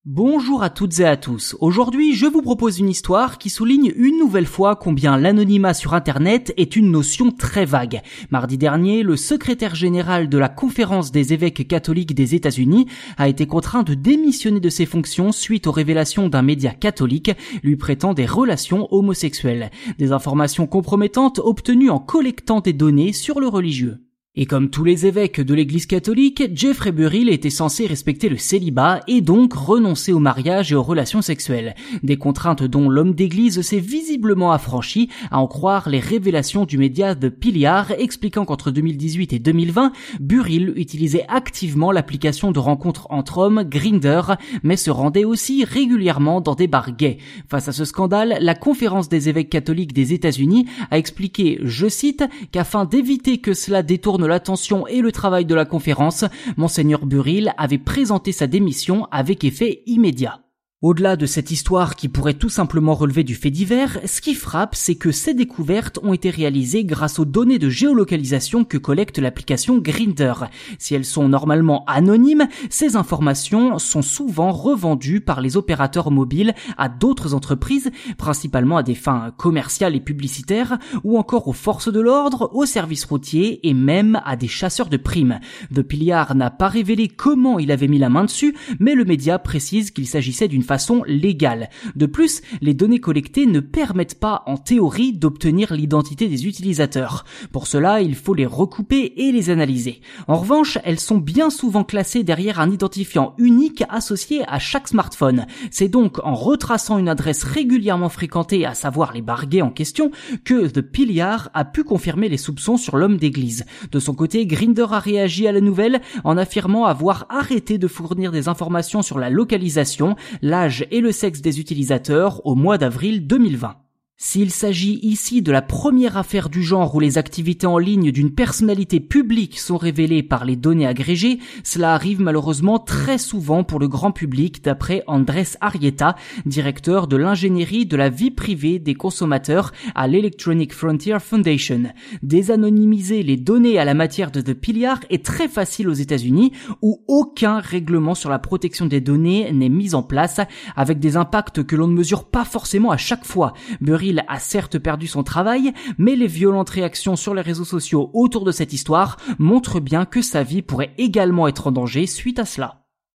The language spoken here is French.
Bonjour à toutes et à tous. Aujourd'hui, je vous propose une histoire qui souligne une nouvelle fois combien l'anonymat sur Internet est une notion très vague. Mardi dernier, le secrétaire général de la Conférence des évêques catholiques des États-Unis a été contraint de démissionner de ses fonctions suite aux révélations d'un média catholique lui prêtant des relations homosexuelles. Des informations compromettantes obtenues en collectant des données sur le religieux. Et comme tous les évêques de l'Église catholique, Jeffrey Burrill était censé respecter le célibat et donc renoncer au mariage et aux relations sexuelles. Des contraintes dont l'homme d'église s'est visiblement affranchi, à en croire les révélations du média The Pillar expliquant qu'entre 2018 et 2020, Burrill utilisait activement l'application de rencontres entre hommes Grindr, mais se rendait aussi régulièrement dans des bars gays. Face à ce scandale, la Conférence des évêques catholiques des États-Unis a expliqué, je cite, qu'afin d'éviter que cela détourne l'attention et le travail de la conférence, Monseigneur Burrill avait présenté sa démission avec effet immédiat. Au-delà de cette histoire qui pourrait tout simplement relever du fait divers, ce qui frappe, c'est que ces découvertes ont été réalisées grâce aux données de géolocalisation que collecte l'application Grindr. Si elles sont normalement anonymes, ces informations sont souvent revendues par les opérateurs mobiles à d'autres entreprises, principalement à des fins commerciales et publicitaires, ou encore aux forces de l'ordre, aux services routiers et même à des chasseurs de primes. The Pillar n'a pas révélé comment il avait mis la main dessus, mais le média précise qu'il s'agissait d'une façon légale. De plus, les données collectées ne permettent pas, en théorie, d'obtenir l'identité des utilisateurs. Pour cela, il faut les recouper et les analyser. En revanche, elles sont bien souvent classées derrière un identifiant unique associé à chaque smartphone. C'est donc en retraçant une adresse régulièrement fréquentée, à savoir les bars gays en question, que The Pillar a pu confirmer les soupçons sur l'homme d'église. De son côté, Grindr a réagi à la nouvelle en affirmant avoir arrêté de fournir des informations sur la localisation, l'âge et le sexe des utilisateurs au mois d'avril 2020. S'il s'agit ici de la première affaire du genre où les activités en ligne d'une personnalité publique sont révélées par les données agrégées, cela arrive malheureusement très souvent pour le grand public d'après Andrés Arrieta, directeur de l'ingénierie de la vie privée des consommateurs à l'Electronic Frontier Foundation. Désanonymiser les données à la matière de The Pillar est très facile aux États-Unis où aucun règlement sur la protection des données n'est mis en place avec des impacts que l'on ne mesure pas forcément à chaque fois. Burrill a certes perdu son travail, mais les violentes réactions sur les réseaux sociaux autour de cette histoire montrent bien que sa vie pourrait également être en danger suite à cela.